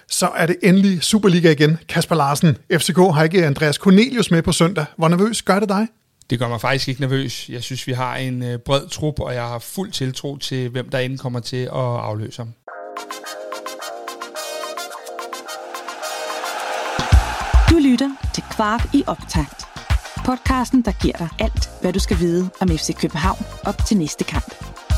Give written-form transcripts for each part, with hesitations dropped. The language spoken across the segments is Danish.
Så er det endelig Superliga igen. Kasper Larsen, FCK har ikke Andreas Cornelius med på søndag. Hvor nervøs gør det dig? Det gør mig faktisk ikke nervøs. Jeg synes, vi har en bred trup, og jeg har fuld tiltro til, hvem der end kommer til at afløse ham. Du lytter til Kvart i optakt. Podcasten, der giver dig alt, hvad du skal vide om FC København op til næste kamp.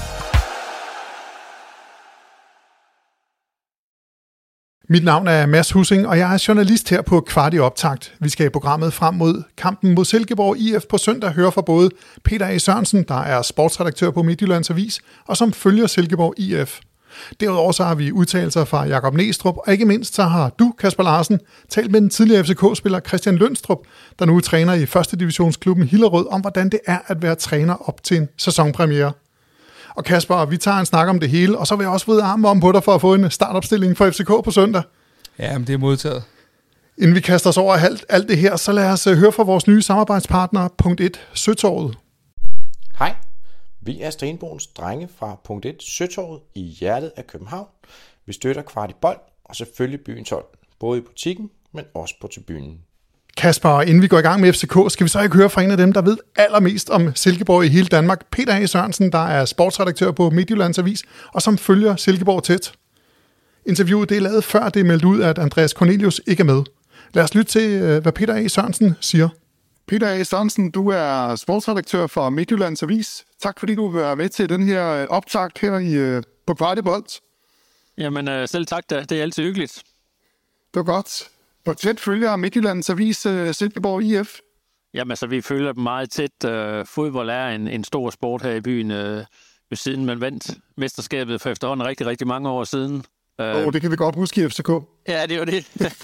Mit navn er Mads Hussing, og jeg er journalist her på Kvart i optakt. Vi skal i programmet frem mod kampen mod Silkeborg IF på søndag høre fra både Peter A. Sørensen, der er sportsredaktør på Midtjyllands Avis, og som følger Silkeborg IF. Derudover så har vi udtalelser fra Jakob Næstrup, og ikke mindst så har du, Kasper Larsen, talt med den tidligere FCK-spiller Christian Lønstrup, der nu træner i 1. divisionsklubben Hillerød, om hvordan det er at være træner op til en sæsonpremiere. Og Kasper, vi tager en snak om det hele, og så vil jeg også vride armen om på dig for at få en startopstilling for FCK på søndag. Ja, men det er modtaget. Inden vi kaster os over alt det her, så lad os høre fra vores nye samarbejdspartner, Punkt 1, Søtorvet. Hej, vi er Stenbogens drenge fra Punkt 1, Søtorvet i hjertet af København. Vi støtter Kvart i bold og selvfølgelig byens hold, både i butikken, men også på tribunen. Kasper, inden vi går i gang med FCK, skal vi så ikke høre fra en af dem, der ved allermest om Silkeborg i hele Danmark, Peter A. Sørensen, der er sportsredaktør på Midtjyllands Avis, og som følger Silkeborg tæt. Interviewet det er lavet før det er meldt ud, at Andreas Cornelius ikke er med. Lad os lytte til, hvad Peter A. Sørensen siger. Peter A. Sørensen, du er sportsredaktør for Midtjyllands Avis. Tak fordi du vil være med til den her optakt her på Kvart i bold. Jamen selv tak da. Det er altid hyggeligt. Det var godt. Hvor tæt følger Midtjyllands Avis Silkeborg IF? Jamen altså, vi følger dem meget tæt. Fodbold er en stor sport her i byen. Ved siden man vandt mesterskabet for efterhånden rigtig, rigtig mange år siden. Det kan vi godt huske i FCK. Ja, det var det.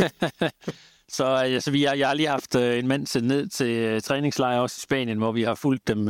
Så altså, jeg har lige haft en mand sendt ned til træningslejr også i Spanien, hvor vi har fulgt dem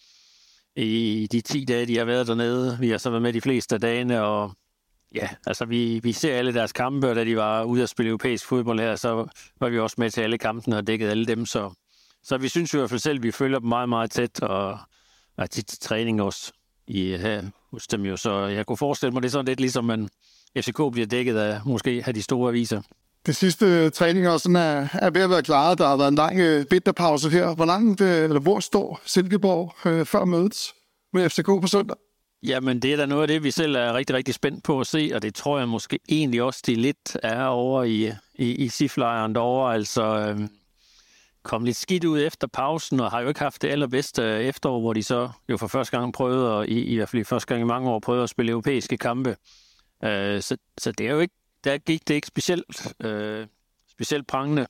i de 10 dage, de har været dernede. Vi har så været med de fleste af dagene, og ja, altså vi ser alle deres kampe, og da de var ude at spille europæisk fodbold her, så var vi også med til alle kampene og dækket alle dem. Så vi synes jo i hvert fald selv, at vi følger dem meget, meget tæt, og er tit til træning også her hos dem jo. Så jeg kunne forestille mig, det er sådan lidt ligesom, at FCK bliver dækket af måske af de store aviser. Det sidste træninger sådan er ved at være klaret. Der har været en lang vinterpause her. Hvor står Silkeborg før mødet med FCK på søndag? Jamen, det er da noget af det, vi selv er rigtig, rigtig spændt på at se, og det tror jeg måske egentlig også, de lidt er over i SIF-lejren derovre. Altså, kom lidt skidt ud efter pausen, og har jo ikke haft det allerbedste efterår, hvor de så jo for første gang prøvede, og i hvert fald første gang i mange år, prøvede at spille europæiske kampe. Så det er jo ikke, der gik det ikke specielt prangende.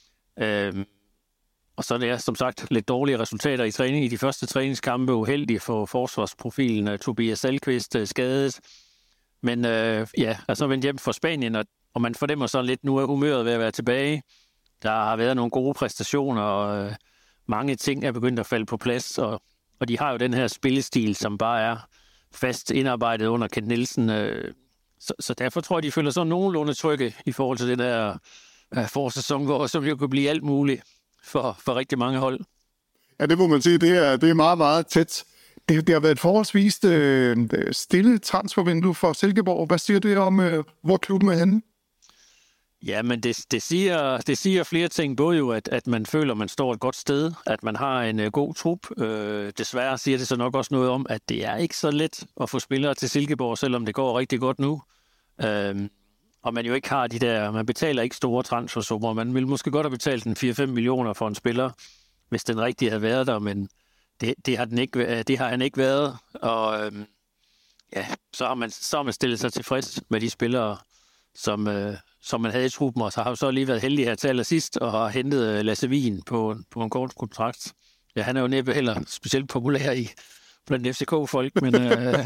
Og så er det som sagt lidt dårlige resultater i træning. I de første træningskampe uheldige for forsvarsprofilen. Tobias Salkvist skadet. Men altså vendt hjem fra Spanien, og man fornemmer så lidt nu af humøret ved at være tilbage. Der har været nogle gode præstationer, og mange ting er begyndt at falde på plads. Og de har jo den her spillestil, som bare er fast indarbejdet under Kent Nielsen. Så derfor tror jeg, de føler sådan nogenlunde trygge i forhold til den der forsæson, som jo kan blive alt muligt for rigtig mange hold. Ja, det må man sige. Det er meget, meget tæt. Det har været et forholdsvis stille transfervindue for Silkeborg. Hvad siger det om, hvor klubben er henne? Ja, men det siger flere ting. Både jo, at man føler, at man står et godt sted, at man har en god trup. Desværre siger det så nok også noget om, at det er ikke så let at få spillere til Silkeborg, selvom det går rigtig godt nu. Og man jo ikke har man betaler ikke store transfersummer. Man ville måske godt have betalt en 4-5 millioner for en spiller, hvis den rigtige havde været der, men det har han ikke været. Og så har man stillet sig tilfreds med de spillere, som man havde i truppen, og så har jo så lige været heldig her til allersidst, og har hentet Lasse Wien på en kort kontrakt. Ja, han er jo næppe heller specielt populær blandt FCK-folk, men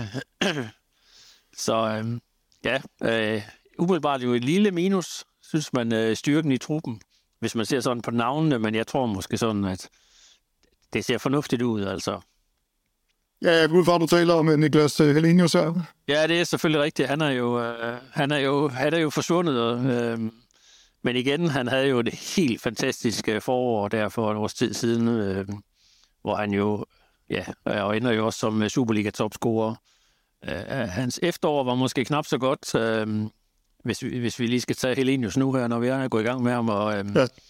umiddelbart jo et lille minus, synes man, styrken i truppen, hvis man ser sådan på navnene, men jeg tror måske sådan, at det ser fornuftigt ud, altså. Ja, jeg går ud fra, at du taler om Niklas Helenius her. Ja, det er selvfølgelig rigtigt. Han er jo forsvundet. Men igen, han havde jo et helt fantastisk forår der for et års tid siden, hvor han jo, og ender jo også som Superliga-topscorer. Hans efterår var måske knap så godt. hvis vi lige skal tage Helenius nu her, når vi er gået i gang med ham, og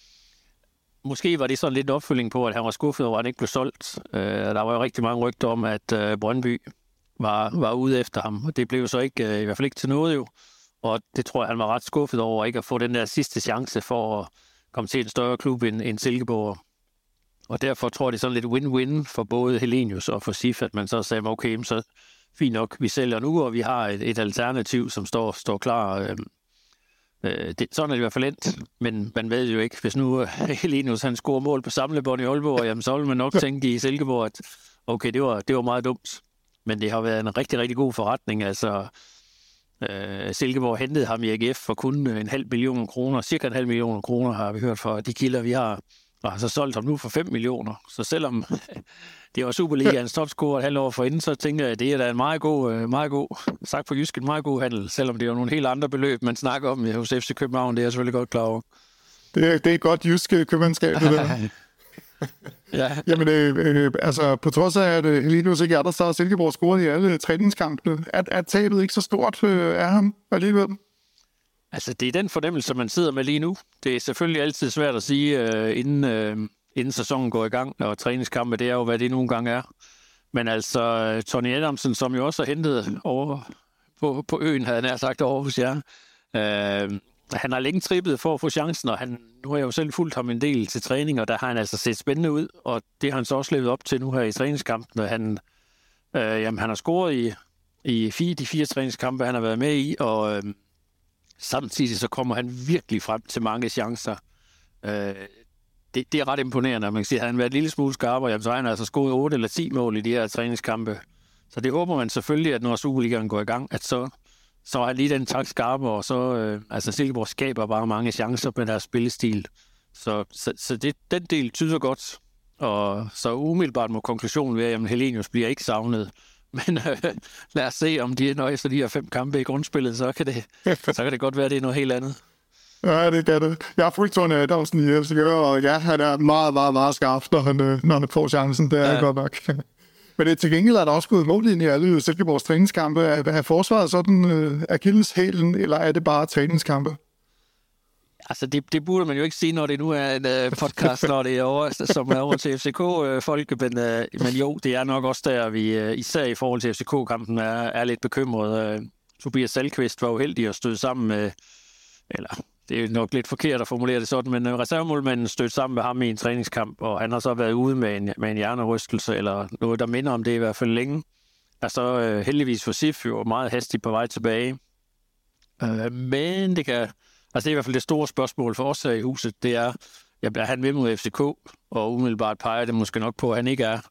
måske var det sådan lidt en opfølging på, at han var skuffet over, at han ikke blev solgt. Der var jo rigtig mange rygter om, at Brøndby var ude efter ham, og det blev så ikke, i hvert fald ikke til noget jo. Og det tror jeg, han var ret skuffet over, ikke at få den der sidste chance for at komme til en større klub end Silkeborg. Og derfor tror jeg, det er sådan lidt win-win for både Helenius og for SIF, at man så sagde, okay, så fint nok, vi sælger nu, og vi har et alternativ, som står klar. Sådan er det i hvert fald endt, men man ved jo ikke, hvis nu Helenius han scorer mål på samlebånd i Aalborg, jamen, så vil man nok tænke i Silkeborg, at okay, det var meget dumt. Men det har været en rigtig, rigtig god forretning. Altså, Silkeborg hentede ham i AGF for kun 500.000 kroner. Cirka 500.000 kroner har vi hørt fra de kilder, vi har. Og har så solgt ham nu for 5 millioner. Så selvom det var Superligaens topscorer et halvt år forinden, så tænker jeg, at det er da en meget god, sagt på jysk, en meget god handel. Selvom det er nogle helt andre beløb, man snakker om hos FC København, det er jeg selvfølgelig godt klar over. Det er et godt jysk købmandskab, det der. Ja. Jamen, altså, på trods af, at Helenius ikke er der, så har Silkeborg scoret i alle træningskampene. Er tabet ikke så stort af ham alligevel? Altså, det er den fornemmelse, man sidder med lige nu. Det er selvfølgelig altid svært at sige, inden sæsonen går i gang, og træningskampe, det er jo, hvad det nogle gange er. Men altså, Tony Adamsen, som jo også har hentet over på øen, havde jeg sagt over hos jer, han har længe trippet for at få chancen, og nu har jeg jo selv fulgt ham en del til træning, og der har han altså set spændende ud, og det har han så også levet op til nu her i træningskampen. Han har scoret i de 4 træningskampe, han har været med i, og samtidig så kommer han virkelig frem til mange chancer. Det er ret imponerende, man kan sige, at han har været en lille smule skarpere, jamen, så har han altså scoret 8 eller 10 mål i de her træningskampe. Så det håber man selvfølgelig, at når Superligaen går i gang, at så er lige den tak skarpe, og så Silkeborg skaber bare mange chancer med deres spillestil. Så den del tyder godt, og så umiddelbart må konklusionen være, at Helenius bliver ikke savnet. Men lad os se, om de nøjes for de her 5 kampe i grundspillet, så kan det godt være, at det er noget helt andet. Ja, det er det. Jeg har fulgt Tony Adamsen i FCK, og ja, han er meget, meget, meget skarp, når han får chancen. Det er godt nok. Men det til gengæld er der også gået mål ind i alle Silkeborgs træningskampe. Er forsvaret sådan akilleshælen, eller er det bare træningskampe? Altså, det burde man jo ikke sige, når det nu er en podcast, når det er over, som er over til FCK-folke, men jo, det er nok også der, vi især i forhold til FCK-kampen er lidt bekymret. Tobias Salkvist var uheldig at støde sammen med, eller det er nok lidt forkert at formulere det sådan, men reservemålmanden stødte sammen med ham i en træningskamp, og han har så været ude med en hjernerystelse, eller noget, der minder om det i hvert fald længe. Er så heldigvis for SIF jo meget hastigt på vej tilbage. Men det kan... Altså det er i hvert fald det store spørgsmål for os her i huset, det er, er han med mod FCK, og umiddelbart peger det måske nok på, at han ikke er.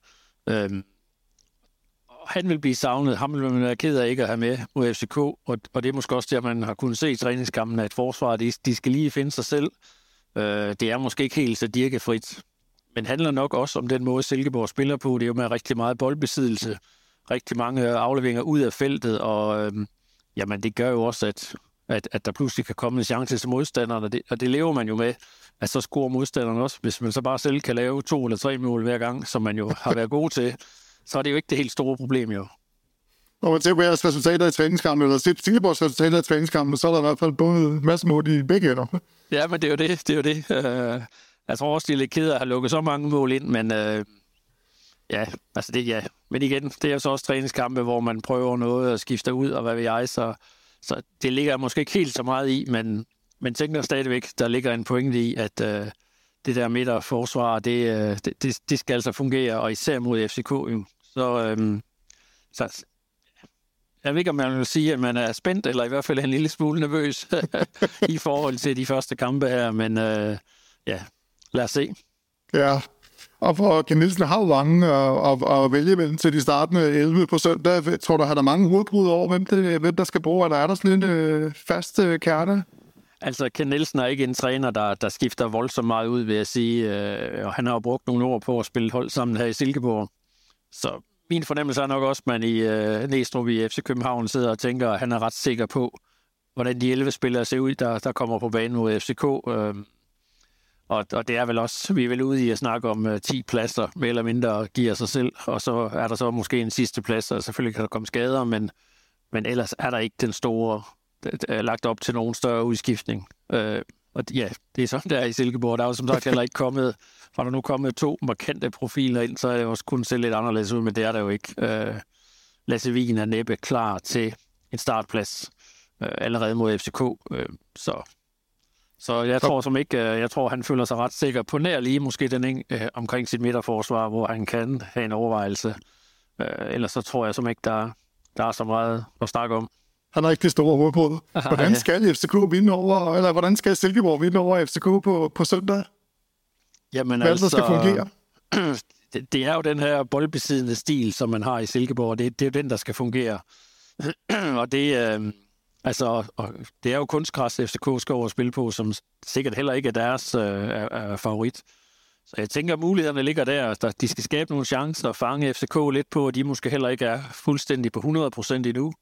Han vil blive savnet, ham vil man være ked af ikke at have med mod FCK, og det er måske også det, at man har kunnet se i træningskampen, at forsvaret, de skal lige finde sig selv. Det er måske ikke helt så dirkefrit, men handler nok også om den måde, Silkeborg spiller på. Det er jo med rigtig meget boldbesiddelse, rigtig mange afleveringer ud af feltet, og det gør jo også, at der pludselig kan komme en chance til modstanderne, og det lever man jo med, at så scorer modstanderne også. Hvis man så bare selv kan lave 2 eller 3 mål hver gang, som man jo har været god til, så er det jo ikke det helt store problem, jo. Når man ser på jeres resultater i træningskampen, eller Silkeborgs resultater i træningskampen, så er der i hvert fald både masse mål i begge ender. Ja, men det er jo det. Jeg tror også, de er lidt ked af at have lukket så mange mål ind, men Men igen, det er jo så også træningskampe, hvor man prøver noget og skifter ud, og hvad ved jeg, så det ligger måske ikke helt så meget i, men tænker stadigvæk, der ligger en pointe i, at det der midterforsvar, det skal altså fungere, og især mod FCK. Så jeg ved ikke, om man vil sige, at man er spændt, eller i hvert fald en lille smule nervøs i forhold til de første kampe her, men lad os se. Ja, og for Ken Nielsen har jo mange at vælge mellem til de startende 11 på søndag. Tror du, har der mange hovedbrud over, hvem der skal bruge, eller er der sådan en fast kerne? Altså, Ken Nielsen er ikke en træner, der skifter voldsomt meget ud, vil jeg sige. Og han har jo brugt nogle år på at spille hold sammen her i Silkeborg. Så min fornemmelse er nok også, at man i Næstrup i FC København sidder og tænker, at han er ret sikker på, hvordan de 11 spillere ser ud, der kommer på banen mod FCK. Og det er vel også, vi er vel ude i at snakke om 10 pladser, mere eller mindre giver sig selv, og så er der så måske en sidste plads, og selvfølgelig kan der komme skader, men ellers er der ikke den store lagt op til nogen større udskiftning. Og ja, det er sådan, der i Silkeborg. Der er jo som sagt heller ikke kommet, fra der nu kommet 2 markante profiler ind, så er det også kun se lidt anderledes ud, men det er der jo ikke. Lasse Wien er næppe klar til en startplads allerede mod FCK. Så jeg tror han føler sig ret sikker på nær lige måske omkring sit midterforsvar, hvor han kan have en overvejelse. Ellers så tror jeg som ikke, der er så meget at snakke om. Han har ikke det store hoved på det. Hvordan skal FCK vinde over, eller hvordan skal Silkeborg vinde over FCK på søndag? Jamen hvad altså, skal fungere? Det er jo den her boldbesiddende stil, som man har i Silkeborg. Det er jo den, der skal fungere. Og det det er jo kunstgræs, FCK skal over at spille på, som sikkert heller ikke er deres favorit. Så jeg tænker, at mulighederne ligger der. De skal skabe nogle chancer og fange FCK lidt på, og de måske heller ikke er fuldstændig på 100% endnu.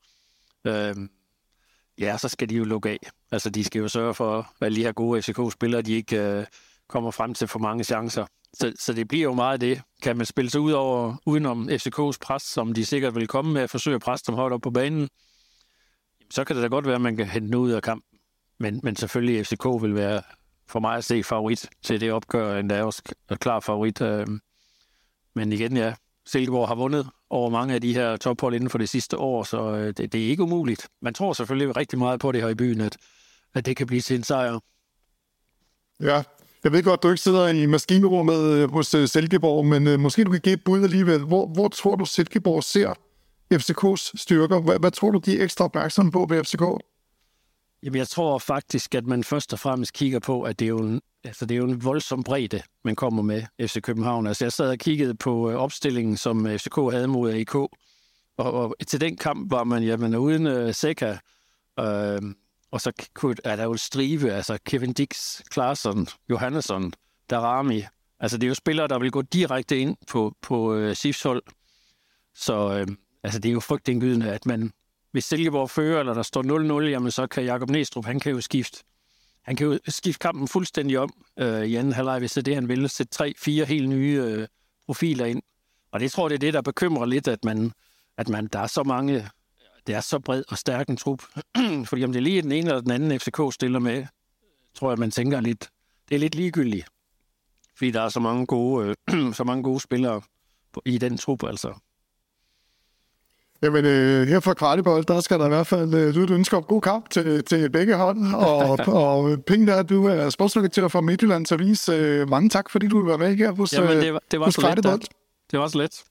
Så skal de jo lukke af. Altså, de skal jo sørge for, at de her gode FCK-spillere, de ikke kommer frem til for mange chancer. Så det bliver jo meget det. Kan man spille sig udenom FCK's pres, som de sikkert vil komme med at forsøge at presse dem højt op på banen, så kan det da godt være, at man kan hente noget ud af kampen. Men selvfølgelig FCK vil være, for mig at se, favorit til det opgør, endda også klar favorit. Men igen, ja, Silkeborg har vundet over mange af de her tophold inden for det sidste år, så det er ikke umuligt. Man tror selvfølgelig rigtig meget på det her i byen, at det kan blive til en sejr. Ja, jeg ved godt, du ikke sidder i maskinrummet hos Silkeborg, men måske du kan give et bud alligevel. Hvor tror du, Silkeborg ser FCK's styrker? Hvad tror du, de er ekstra opmærksomme på ved FCK? Jamen, jeg tror faktisk, at man først og fremmest kigger på, at det er jo en voldsom bredde, man kommer med FC København. Altså, jeg sad og kiggede på opstillingen, som FCK havde mod AK, og til den kamp var man uden Seca, og så er der jo stribe, altså Kevin Dix, Klaarsson, Johannesson, Darami. Altså, det er jo spillere, der vil gå direkte ind på SIFs hold. Så det er jo frygtindgydende, at hvis Silkeborg fører, eller der står 0-0, jamen så kan Jakob Næstrup, han kan jo skifte kampen fuldstændig om i anden halvleg, hvis det er det, han vil. Sætte 3-4 helt nye profiler ind. Og det tror jeg, det er det, der bekymrer lidt, at der er så mange, det er så bred og stærk en trup. Fordi om det er lige den ene eller den anden FCK stiller med, tror jeg, man tænker lidt, det er lidt ligegyldigt. Fordi der er så mange gode spillere i den trup, altså. Jamen, her fra Kvartibold, der skal der i hvert fald lyde et ønske om god kamp til begge hold. Og Ping, der du er sportsredaktør fra Midtjyllands Avis. Mange tak, fordi du vil være med her hos Kvartibold. Det var så let.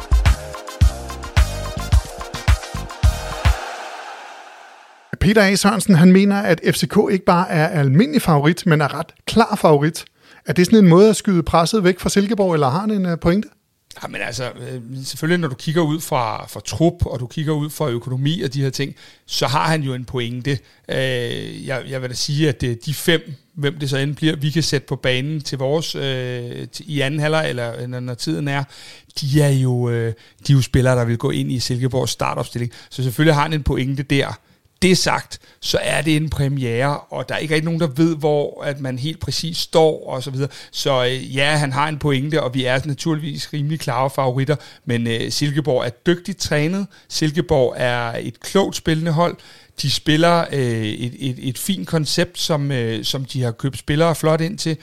Peter A. Sørensen, han mener, at FCK ikke bare er almindelig favorit, men er ret klar favorit. Er det sådan en måde at skyde presset væk fra Silkeborg, eller har han en pointe? Ja, men altså, selvfølgelig når du kigger ud fra trup, og du kigger ud fra økonomi og de her ting, så har han jo en pointe. Jeg vil da sige, at de 5, hvem det så end bliver, vi kan sætte på banen til vores i anden halvleg, eller når tiden er, de er jo spillere, der vil gå ind i Silkeborgs startopstilling. Så selvfølgelig har han en pointe der. Det sagt, så er det en premiere, og der er ikke rigtig nogen, der ved, hvor at man helt præcis står, og så videre. Så ja, han har en pointe, og vi er naturligvis rimelig klare favoritter, men Silkeborg er dygtigt trænet. Silkeborg er et klogt spillende hold. De spiller et fint koncept, som de har købt spillere flot ind til.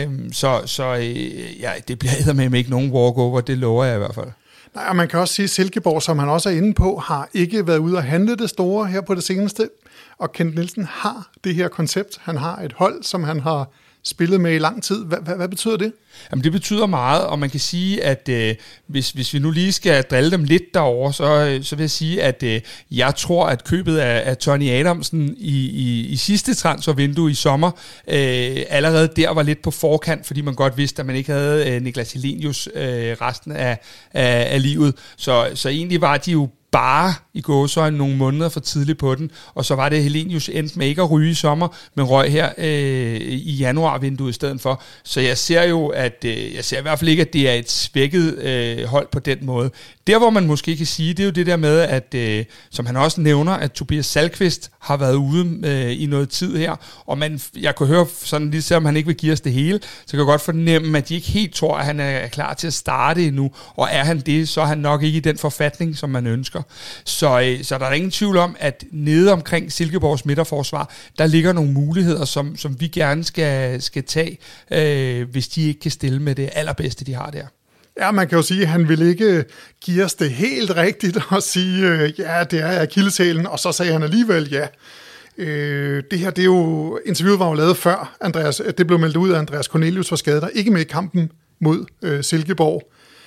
Det bliver eddermame ikke nogen walkover, det lover jeg i hvert fald. Nej, og man kan også sige, at Silkeborg, som han også er inde på, har ikke været ude at handle det store her på det seneste. Og Kent Nielsen har det her koncept. Han har et hold, som han har spillet med i lang tid. Hvad betyder det? Jamen, det betyder meget, og man kan sige, at hvis vi nu lige skal drille dem lidt derovre, så vil jeg sige, at jeg tror, at købet af Tony Adamsen i sidste transfervindue i sommer, allerede der var lidt på forkant, fordi man godt vidste, at man ikke havde Niklas Helenius resten af livet. Så egentlig var de jo bare i gåseøjne nogle måneder for tidligt på den, og så var det Helenius endte med ikke at ryge i sommer, men røg her i januarvinduet i stedet for. Så jeg ser jo, jeg ser i hvert fald ikke, at det er et svækket hold på den måde. Der, hvor man måske kan sige, det er jo det der med, at som han også nævner, at Tobias Salkvist har været ude i noget tid her, og jeg kunne høre sådan, lige selvom han ikke vil give os det hele, så kan jeg godt fornemme, at de ikke helt tror, at han er klar til at starte endnu, og er han det, så er han nok ikke i den forfatning, som man ønsker. Så der er ingen tvivl om, at nede omkring Silkeborgs midterforsvar, der ligger nogle muligheder, som vi gerne skal tage, hvis de ikke kan stille med det allerbedste, de har der. Ja, man kan jo sige, at han ville ikke give os det helt rigtigt og sige, ja, det er akilleshælen, og så sagde han alligevel ja. Det her, det er jo, interviewet var jo lavet før, det blev meldt ud af Andreas Cornelius for skader, ikke med i kampen mod Silkeborg.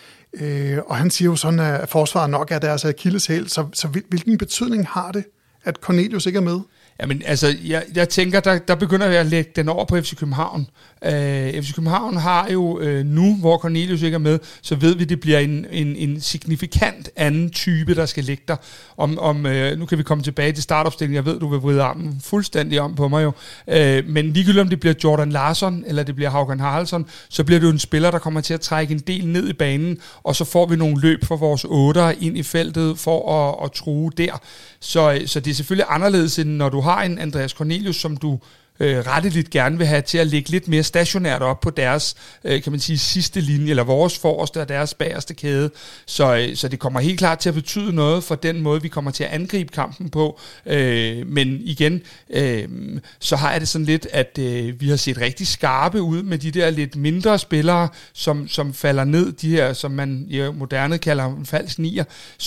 Og han siger jo sådan, at forsvaret nok er deres akilleshæl, så hvilken betydning har det, at Cornelius ikke er med? Jamen, altså, jeg tænker, der begynder vi at lægge den over på FC København. FC København har jo nu, hvor Cornelius ikke er med, så ved vi, det bliver en signifikant anden type, der skal ligge der. Nu kan vi komme tilbage til startopstillingen. Jeg ved, du vil vride armen fuldstændig om på mig jo. Men ligegyldigt om det bliver Jordan Larsson, eller det bliver Haugen Haraldsson, så bliver det jo en spiller, der kommer til at trække en del ned i banen, og så får vi nogle løb for vores 8'ere ind i feltet for at true der. Så det er selvfølgelig anderledes, end når du har en Andreas Cornelius, som du retteligt gerne vil have til at ligge lidt mere stationært op på deres, kan man sige, sidste linje, eller vores forreste og deres bagerste kæde. Så det kommer helt klart til at betyde noget for den måde, vi kommer til at angribe kampen på. Men igen, så har jeg det sådan lidt, at vi har set rigtig skarpe ud med de der lidt mindre spillere, som falder ned, de her, som man moderne kalder en falsk nier.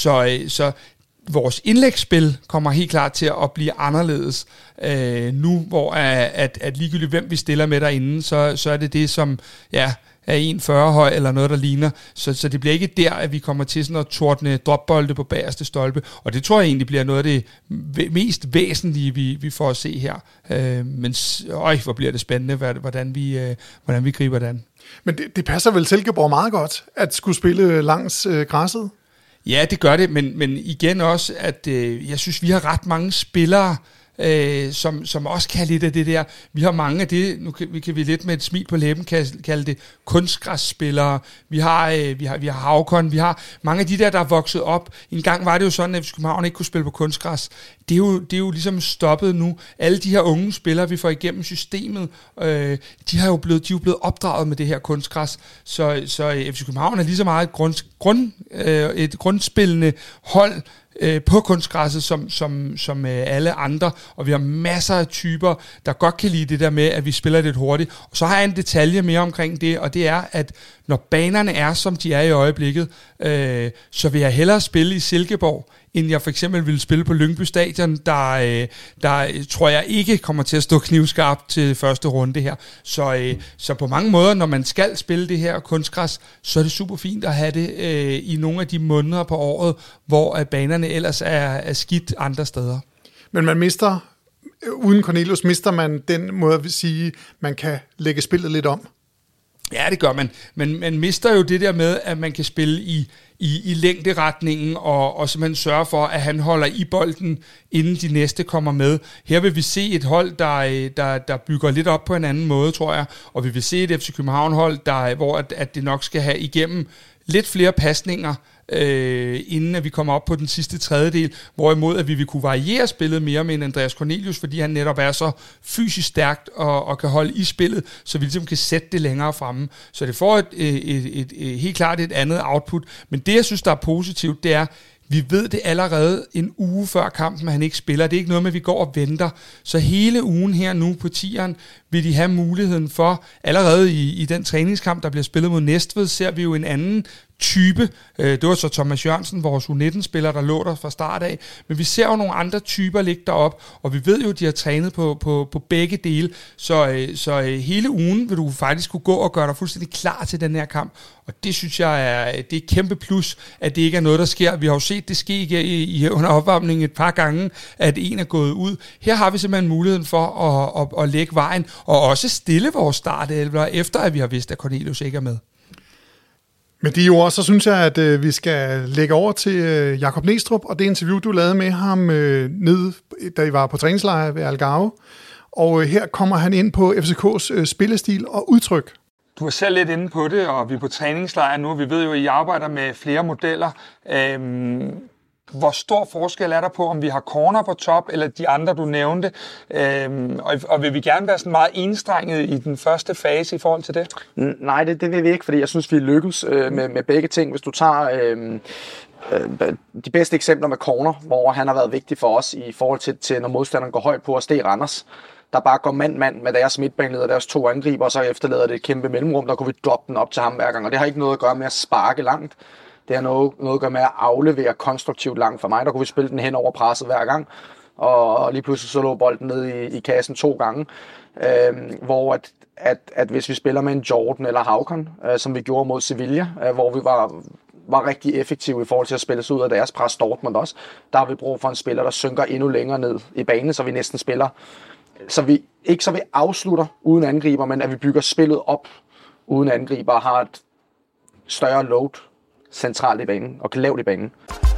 Så vores indlægsspil kommer helt klart til at blive anderledes nu, hvor at ligegyldigt hvem vi stiller med derinde, så er det som er 1,40 høj eller noget, der ligner. Så det bliver ikke der, at vi kommer til sådan at tordne dropbolde på bagerste stolpe. Og det tror jeg egentlig bliver noget af det mest væsentlige, vi får at se her. Men hvor bliver det spændende, hvordan vi griber den. Men det passer vel Silkeborg meget godt, at skulle spille langs græsset? Ja, det gør det, men igen også, at jeg synes, vi har ret mange spillere, som også kan lidt af det der. Vi har mange af det, nu kan vi lidt med et smil på læben kalde det kunstgræsspillere. Vi har Havkon, vi har mange af de der er vokset op. En gang var det jo sådan, at FC København ikke kunne spille på kunstgræs. Det er jo ligesom stoppet nu. Alle de her unge spillere, vi får igennem systemet, de er jo blevet opdraget med det her kunstgræs. Så FC København er lige så meget et grundspillende hold på kunstgræsset som alle andre, og vi har masser af typer, der godt kan lide det der med, at vi spiller lidt hurtigt. Og så har jeg en detalje mere omkring det, og det er, at når banerne er, som de er i øjeblikket, så vil jeg hellere spille i Silkeborg, end jeg for eksempel ville spille på Lyngby Stadion, der tror jeg ikke kommer til at stå knivskarpt til første runde her. Så på mange måder, når man skal spille det her kunstgræs, så er det super fint at have det i nogle af de måneder på året, hvor banerne ellers er skidt andre steder. Men man mister, uden Cornelius, mister man den måde at sige, man kan lægge spillet lidt om. Ja, det gør man. Men man mister jo det der med, at man kan spille i længderetningen og simpelthen sørge for, at han holder i bolden, inden de næste kommer med. Her vil vi se et hold, der bygger lidt op på en anden måde, tror jeg. Og vi vil se et FC København-hold, hvor at det nok skal have igennem lidt flere pasninger, inden at vi kommer op på den sidste tredjedel, hvorimod at vi vil kunne variere spillet mere med en Andreas Cornelius, fordi han netop er så fysisk stærkt og kan holde i spillet, så vi ligesom kan sætte det længere fremme. Så det får et helt klart et andet output. Men det, jeg synes, der er positivt, det er, vi ved det allerede en uge før kampen, at han ikke spiller. Det er ikke noget med, at vi går og venter. Så hele ugen her nu på 10'eren vil de have muligheden for, allerede i den træningskamp, der bliver spillet mod Næstved, ser vi jo en anden type. Det var så Thomas Jørgensen, vores U19-spiller, der lå der fra start af. Men vi ser jo nogle andre typer ligge derop, og vi ved jo, at de har trænet på begge dele. Så hele ugen vil du faktisk kunne gå og gøre dig fuldstændig klar til den her kamp. Og det synes jeg det er et kæmpe plus, at det ikke er noget, der sker. Vi har jo set det ske under opvarmningen et par gange, at en er gået ud. Her har vi simpelthen muligheden for at lægge vejen, og også stille vores startelver, efter at vi har vidst, at Cornelius ikke er med. Med de ord, så synes jeg, at vi skal lægge over til Jakob Næstrup, og det interview, du lavede med ham nede, da I var på træningslejr ved Algarve. Og her kommer han ind på FCK's spillestil og udtryk. Du er selv lidt inde på det, og vi er på træningslejr nu. Vi ved jo, at I arbejder med flere modeller. Hvor stor forskel er der på, om vi har corner på top, eller de andre, du nævnte? Og vil vi gerne være sådan meget enstrenget i den første fase i forhold til det? Nej, det vil vi ikke, fordi jeg synes, vi lykkes med begge ting. Hvis du tager de bedste eksempler med corner, hvor han har været vigtig for os i forhold til når modstanderen går højt på os, det er Randers, der bare går mand med deres midtbaneleder og deres 2 angriber, og så efterlader det et kæmpe mellemrum, der kunne vi droppe den op til ham hver gang, og det har ikke noget at gøre med at sparke langt, det har noget at gøre med at aflevere konstruktivt langt. For mig, der kunne vi spille den hen over presset hver gang, og lige pludselig så lå bolden ned i kassen 2 gange, hvor at hvis vi spiller med en Jordan eller Haukon, som vi gjorde mod Sevilla, hvor vi var rigtig effektive i forhold til at spille sig ud af deres pres, Dortmund også, der har vi brug for en spiller, der synker endnu længere ned i banen, så vi næsten spiller, så vi afslutter uden angriber, men at vi bygger spillet op uden angriber og har et større load centralt i banen og lavt i banen.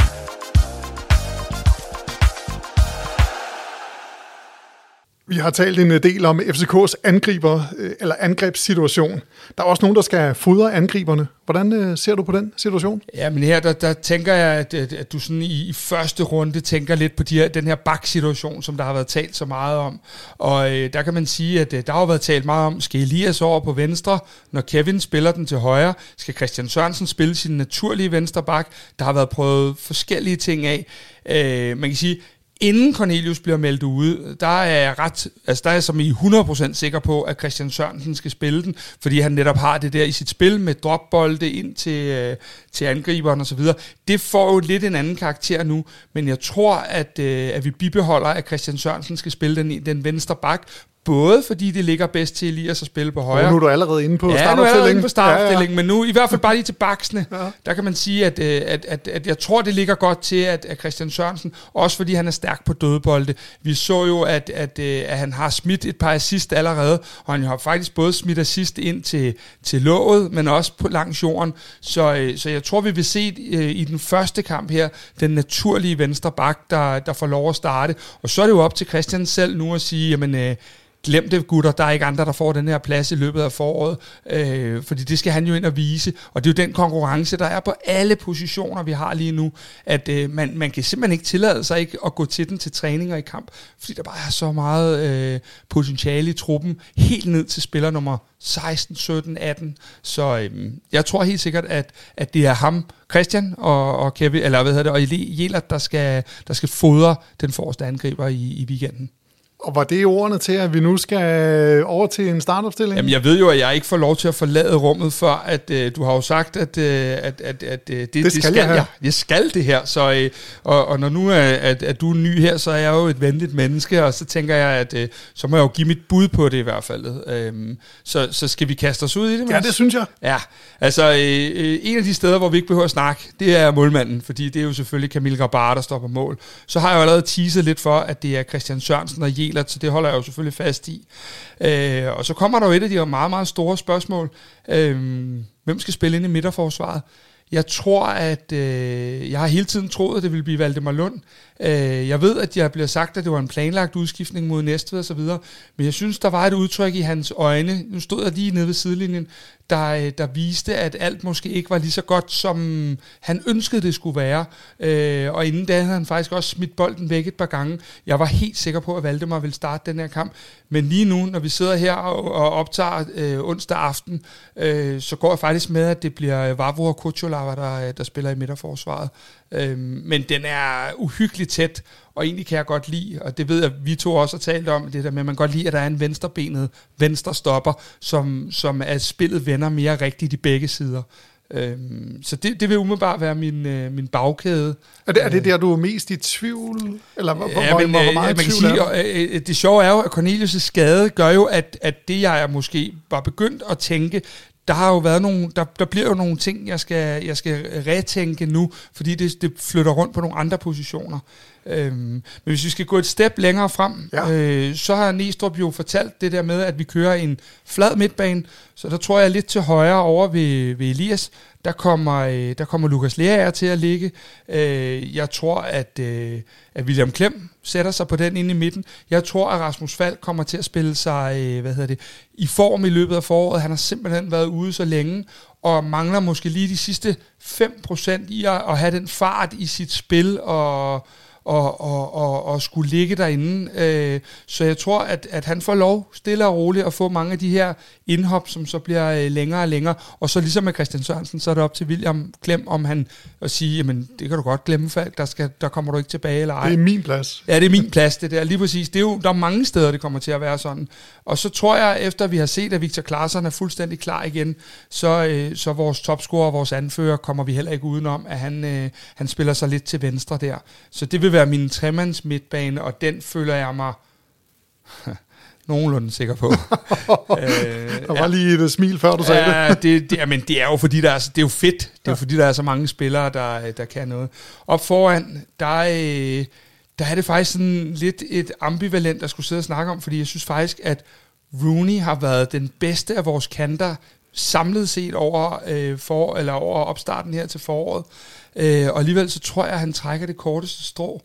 Vi har talt en del om FCK's angriber eller angrebssituation. Der er også nogen, der skal fodre angriberne. Hvordan ser du på den situation? Ja, men her der tænker jeg, at du sådan i første runde tænker lidt på den her baksituation, som der har været talt så meget om. Og der kan man sige, at der har været talt meget om, skal Elias over på venstre, når Kevin spiller den til højre? Skal Christian Sørensen spille sin naturlige venstre bak? Der har været prøvet forskellige ting af. Man kan sige, inden Cornelius bliver meldt ude, der er jeg som i 100% sikker på, at Christian Sørensen skal spille den, fordi han netop har det der i sit spil med dropbolde ind til angriberen og så videre. Det får jo lidt en anden karakter nu, men jeg tror, at vi bibeholder, at Christian Sørensen skal spille den venstre bak, både fordi det ligger bedst til Elias at spille på højre. Nu er du allerede inde på startopstillingen. Ja, nu er jeg allerede inde på startopstillingen, men nu i hvert fald bare lige til baksene. Der kan man sige, at jeg tror, det ligger godt til, at Christian Sørensen, også fordi han er stærk på dødbolde. Vi så jo, at han har smidt et par assist allerede, og han har faktisk både smidt assist ind til låget, men også på langs jorden. Så jeg tror, vi vil se i den første kamp her, den naturlige venstre bak, der får lov at starte. Og så er det jo op til Christian selv nu at sige, jamen, glem det, gutter, der er ikke andre, der får den her plads i løbet af foråret, fordi det skal han jo ind og vise, og det er jo den konkurrence, der er på alle positioner, vi har lige nu, at man kan simpelthen ikke tillade sig ikke at gå til den til træninger i kamp, fordi der bare er så meget potentiale i truppen, helt ned til spiller nummer 16, 17, 18, så jeg tror helt sikkert, at det er ham, Christian og Kevin, og Jelert, der skal fodre den forreste angriber i weekenden. Og var det ordene til, at vi nu skal over til en startopstilling? Jamen, jeg ved jo, at jeg ikke får lov til at forlade rummet, før at du har jo sagt, at det skal jeg. Jeg skal det her. Så, og når nu at du er ny her, så er jeg jo et venligt menneske, og så tænker jeg, at så må jeg jo give mit bud på det i hvert fald. Så skal vi kaste os ud i det, Mads? Ja, det synes jeg. Ja, altså en af de steder, hvor vi ikke behøver at snakke, det er målmanden, fordi det er jo selvfølgelig Camille Grabar, der står på mål. Så har jeg jo allerede teaset lidt for, at det er Christian Sørensen og så det holder jeg jo selvfølgelig fast i. Og så kommer der jo et af de meget, meget store spørgsmål. Hvem skal spille ind i midterforsvaret? Jeg tror, at jeg har hele tiden troet, at det ville blive Valdemar Lund. Jeg ved, at jeg bliver sagt, at det var en planlagt udskiftning mod Næstved og så videre, men jeg synes, der var et udtryk i hans øjne. Nu stod jeg lige nede ved sidelinjen, der viste, at alt måske ikke var lige så godt, som han ønskede, det skulle være. Og inden da havde han faktisk også smidt bolden væk et par gange. Jeg var helt sikker på, at Valdemar ville starte den her kamp. Men lige nu, når vi sidder her og optager onsdag aften, så går jeg faktisk med, at det bliver Vavro og Kuchulava, der spiller i midterforsvaret. Men den er uhyggeligt tæt, og egentlig kan jeg godt lide, og det ved jeg, vi to også har talt om, det der med, at man godt lide, at der er en venstrebenet venstrestopper, som er spillet vender mere rigtigt i begge sider. Så det vil umiddelbart være min bagkæde. Er det der, du er mest i tvivl? Eller hvor meget man tvivl kan sige, det sjove er jo, at Cornelius' skade gør jo, at det jeg måske var begyndt at tænke, der har jo været der bliver jo nogle ting, jeg skal retænke nu, fordi det flytter rundt på nogle andre positioner. Men hvis vi skal gå et step længere frem, så har Næstrup jo fortalt det der med, at vi kører en flad midtbane, så der tror jeg lidt til højre over ved Elias. Der kommer Lukas Lerager til at ligge. Jeg tror, at William Klem sætter sig på den inde i midten. Jeg tror, at Rasmus Falk kommer til at spille sig i form i løbet af foråret. Han har simpelthen været ude så længe, og mangler måske lige de sidste 5% i at have den fart i sit spil, og skulle ligge derinde. Så jeg tror, at han får lov stille og roligt at få mange af de her indhop, som så bliver længere og længere. Og så ligesom med Christian Sørensen, så er det op til William Klem, om han at sige, jamen det kan du godt glemme, Falk, der kommer du ikke tilbage eller ej. Det er min plads. Ja, det er min plads, det der. Lige præcis. Det er jo, der er mange steder, det kommer til at være sådan. Og så tror jeg, efter vi har set, at Victor Claesson er fuldstændig klar igen, så vores topscorer og vores anfører kommer vi heller ikke udenom, at han spiller sig lidt til venstre der. Så det vil være min tremands midtbane, og den føler jeg mig nogenlunde sikker på. Der var lige et smil, før du sagde det. Men det er jo fordi, det er jo fedt. Det er jo fordi, der er så mange spillere, der kan noget. Op foran, der er det faktisk sådan lidt et ambivalent, at skulle sidde og snakke om, fordi jeg synes faktisk, at Rooney har været den bedste af vores kanter, samlet set over opstarten her til foråret. Og alligevel så tror jeg, at han trækker det korteste strå.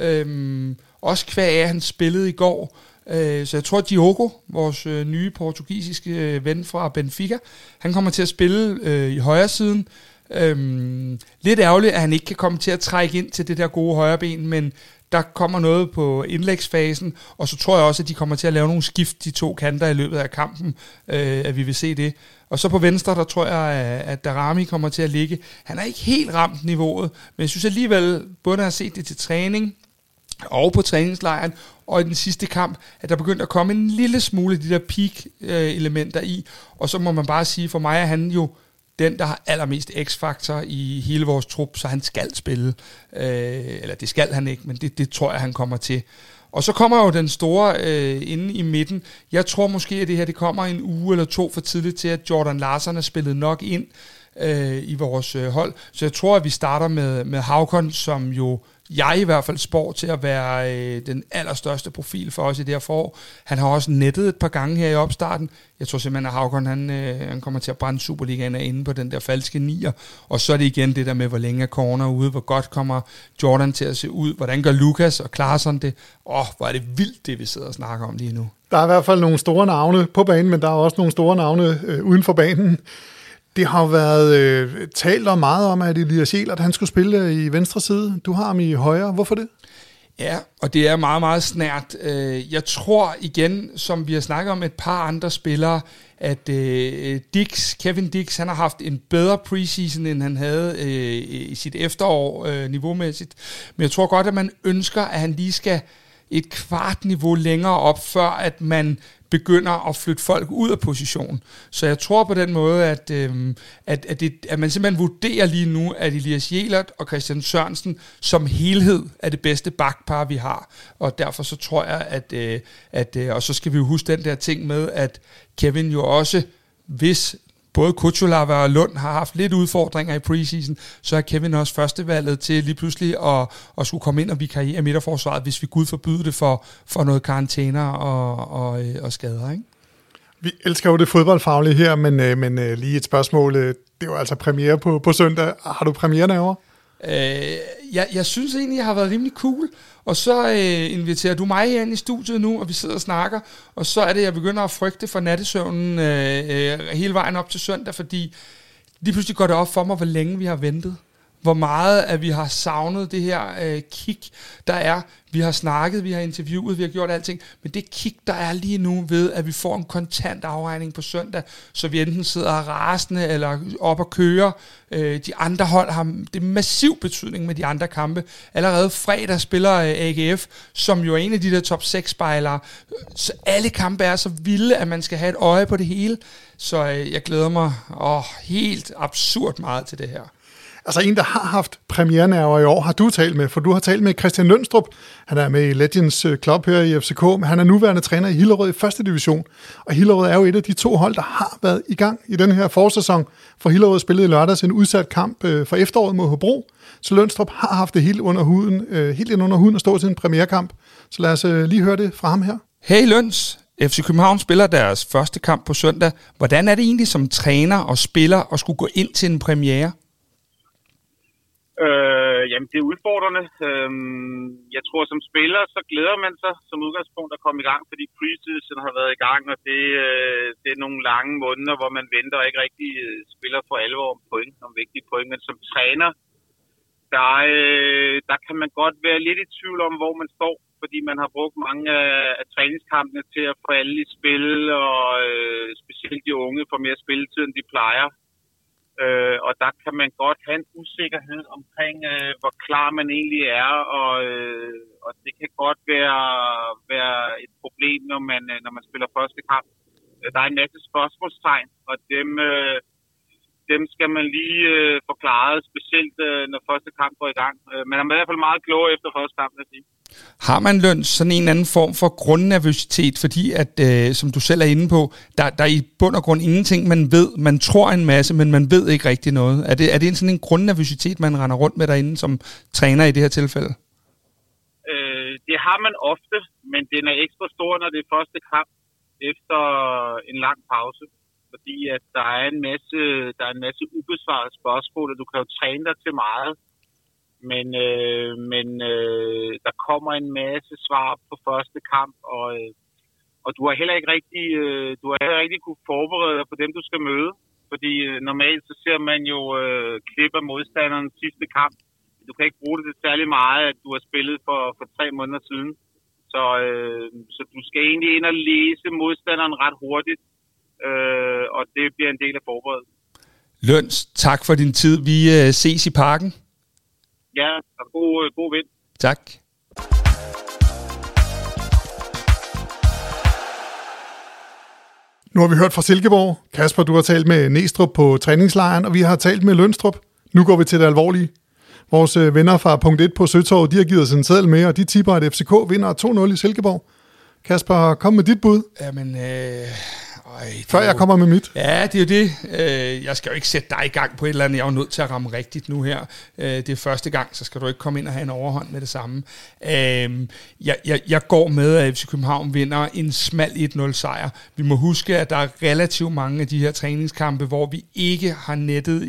Også kvæg af, han spillede i går. Så jeg tror, at Diogo, vores nye portugisiske ven fra Benfica, han kommer til at spille i højre siden. Lidt ærgerligt, at han ikke kan komme til at trække ind til det der gode højre ben, men der kommer noget på indlægsfasen, og så tror jeg også, at de kommer til at lave nogle skift, de to kanter i løbet af kampen, at vi vil se det. Og så på venstre, der tror jeg, at Darami kommer til at ligge. Han har ikke helt ramt niveauet, men jeg synes alligevel, både når jeg har set det til træning, og på træningslejren, og i den sidste kamp, at der begyndte at komme en lille smule de der peak-elementer i, og så må man bare sige, for mig er han jo den, der har allermest x-faktor i hele vores trup, så han skal spille. Eller det skal han ikke, men det tror jeg, han kommer til. Og så kommer jo den store inde i midten. Jeg tror måske, at det her det kommer en uge eller to for tidligt til, at Jordan Larsson er spillet nok ind i vores hold. Så jeg tror, at vi starter med Haucon, som jo jeg i hvert fald spår til at være den allerstørste profil for os i det her forår. Han har også nettet et par gange her i opstarten. Jeg tror simpelthen, at Haucon han kommer til at brænde Superligaen af inde på den der falske nier. Og så er det igen det der med, hvor længe er corner ude, hvor godt kommer Jordan til at se ud, hvordan gør Lukas og Claesson det. Hvor er det vildt, det vi sidder og snakker om lige nu. Der er i hvert fald nogle store navne på banen, men der er også nogle store navne uden for banen. Det har været talt om meget om, at Elias Jelert, han skulle spille i venstre side. Du har ham i højre. Hvorfor det? Ja, og det er meget, meget snært. Jeg tror igen, som vi har snakket om et par andre spillere, at Kevin Dix, han har haft en bedre preseason, end han havde i sit efterår niveaumæssigt. Men jeg tror godt, at man ønsker, at han lige skal et kvart niveau længere op, før at man begynder at flytte folk ud af position. Så jeg tror på den måde, at man simpelthen vurderer lige nu, at Elias Jelert og Christian Sørensen som helhed er det bedste bakpar, vi har. Og derfor så tror jeg, at og så skal vi jo huske den der ting med, at Kevin jo også, hvis både Kuchulava og Lund har haft lidt udfordringer i preseason, så er Kevin også førstevalget til lige pludselig at skulle komme ind og vikariere midterforsvaret, hvis vi Gud forbyder det for noget karantæner og skader, ikke? Vi elsker jo det fodboldfaglige her, men lige et spørgsmål. Det er jo altså premiere på søndag. Har du premierenerver? Jeg synes egentlig, jeg har været rimelig cool. Og så inviterer du mig herinde i studiet nu, og vi sidder og snakker. Og så er det, jeg begynder at frygte for nattesøvnen hele vejen op til søndag, fordi lige pludselig går det op for mig, hvor længe vi har ventet. Hvor meget at vi har savnet det her kick, der er. Vi har snakket, vi har interviewet, vi har gjort alting. Men det kick, der er lige nu ved, at vi får en kontant afregning på søndag, så vi enten sidder rasende eller op og kører. De andre hold har det massiv betydning med de andre kampe. Allerede fredag spiller AGF, som jo er en af de der top 6 spejlere. Så alle kampe er så vilde, at man skal have et øje på det hele. Så jeg glæder mig helt absurd meget til det her. Altså en, der har haft premierenerver i år, har du talt med, for du har talt med Christian Lønstrup. Han er med i Legends Club her i FCK, men han er nuværende træner i Hillerød i første division. Og Hillerød er jo et af de 2 hold, der har været i gang i den her forårssæson. For Hillerød spillede i lørdags en udsat kamp for efteråret mod Hobro. Så Lønstrup har haft det helt ind under huden at stå til en premierkamp. Så lad os lige høre det fra ham her. Hey Løns! FC København spiller deres første kamp på søndag. Hvordan er det egentlig som træner og spiller at skulle gå ind til en premiere? Jamen, det er udfordrende. Jeg tror, som spiller, så glæder man sig som udgangspunkt at komme i gang, fordi preseason har været i gang, og det er nogle lange måneder, hvor man venter og ikke rigtig spiller for alvor om point, om vigtige point. Men som træner, der kan man godt være lidt i tvivl om, hvor man står, fordi man har brugt mange af træningskampene til at få alle i spil, og specielt de unge får mere spilletid, end de plejer. Og der kan man godt have en usikkerhed omkring, hvor klar man egentlig er, og det kan godt være et problem, når man spiller første kamp. Der er en masse spørgsmålstegn, og dem skal man lige forklare, specielt når første kamp går i gang. Man er i hvert fald meget klogere efter første kamp, vil jeg sige. Har man løn sådan en anden form for grundnervøsitet, fordi at, som du selv er inde på, der er i bund og grund ingenting, man ved. Man tror en masse, men man ved ikke rigtig noget. Er det sådan en grundnervøsitet, man render rundt med derinde som træner i det her tilfælde? Det har man ofte, men den er ekstra stor, når det er første kamp efter en lang pause. Fordi at der er en masse ubesvarede spørgsmål, og du kan jo træne dig til meget. Men der kommer en masse svar på første kamp, og du har heller ikke rigtig kunne forberede dig på dem, du skal møde. Fordi normalt så ser man jo klip af modstanderen sidste kamp. Du kan ikke bruge det til særlig meget, at du har spillet for 3 måneder siden. Så du skal egentlig ind og læse modstanderen ret hurtigt, og det bliver en del af forberedelsen. Løns, tak for din tid. Vi ses i parken. Ja, og god vind. Tak. Nu har vi hørt fra Silkeborg. Kasper, du har talt med Næstrup på træningslejren, og vi har talt med Lønstrup. Nu går vi til det alvorlige. Vores venner fra punkt 1 på Søtorvet, de har givet os en seddel med, og de tipper, at FCK vinder 2-0 i Silkeborg. Kasper, kom med dit bud. Jamen, før jeg kommer med mit. Ja, det er jo det. Jeg skal jo ikke sætte dig i gang på et eller andet. Jeg er jo nødt til at ramme rigtigt nu her. Det er første gang, så skal du ikke komme ind og have en overhånd med det samme. Jeg går med, at FC København vinder en smal 1-0 sejr. Vi må huske, at der er relativt mange af de her træningskampe, hvor vi ikke har nettet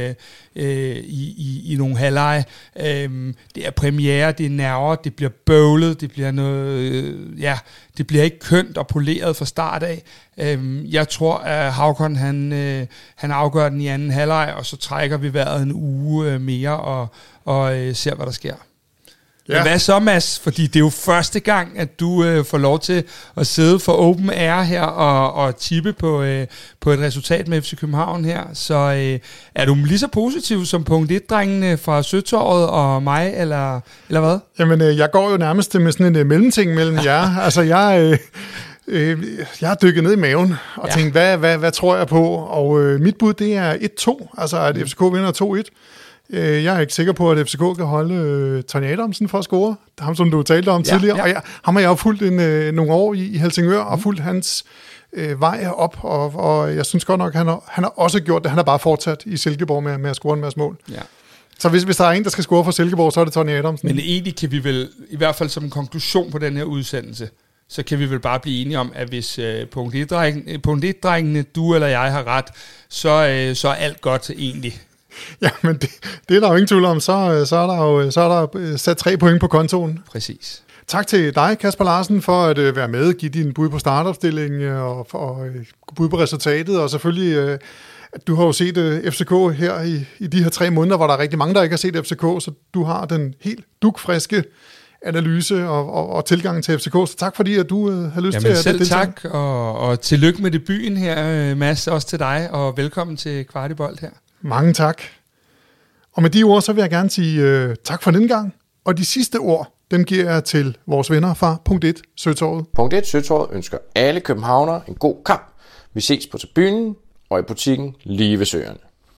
i nogle halvleje. Det er premiere, det er nerver, det bliver bøvlet, det bliver noget... det bliver ikke kønt og poleret fra start af. Jeg tror, at Haucon han afgør den i anden halvleg, og så trækker vi vejret en uge mere og ser, hvad der sker. Ja. Men hvad så, Mads? Fordi det er jo første gang, at du får lov til at sidde for Open Air her og tippe på et resultat med FC København her. Så er du lige så positiv som punkt 1-drengene fra Søtorvet og mig, eller hvad? Jamen, jeg går jo nærmest med sådan en mellemting mellem jer. Altså, jeg har dykket ned i maven og tænkt, hvad tror jeg på? Og mit bud, det er 1-2, altså at FCK vinder 2-1. Jeg er ikke sikker på, at FCK kan holde Tony Adamsen for at score. Ham, som du talte om tidligere. Og ham har jeg jo fulgt nogle år i Helsingør, og fulgt hans vej op. Og jeg synes godt nok, han har også gjort det. Han har bare fortsat i Silkeborg med at score en masse mål. Ja. Så hvis der er en, der skal score for Silkeborg, så er det Tony Adamsen. Men egentlig kan vi vel, i hvert fald som en konklusion på den her udsendelse, så kan vi vel bare blive enige om, at hvis punkt 1-drengene, du eller jeg har ret, så er alt godt egentlig. Ja, men det er der jo ingen tvivl om. Så er der sat 3 point på kontoen. Præcis. Tak til dig, Kasper Larsen, for at være med, give din bud på startopstilling og bud på resultatet, og selvfølgelig, at du har jo set FCK her i de her 3 måneder, hvor der er rigtig mange, der ikke har set FCK, så du har den helt dugfriske analyse og tilgang til FCK. Så tak fordi, at du har lyst til at selv tak, og tillykke med debuten her, Mads, også til dig, og velkommen til Kvartibold her. Mange tak. Og med de ord, så vil jeg gerne sige tak for den gang. Og de sidste ord, dem giver jeg til vores venner fra punkt 1 Søtorvet. Punkt 1 Søtorvet ønsker alle københavnere en god kamp. Vi ses på tribunen og i butikken lige ved Søerne.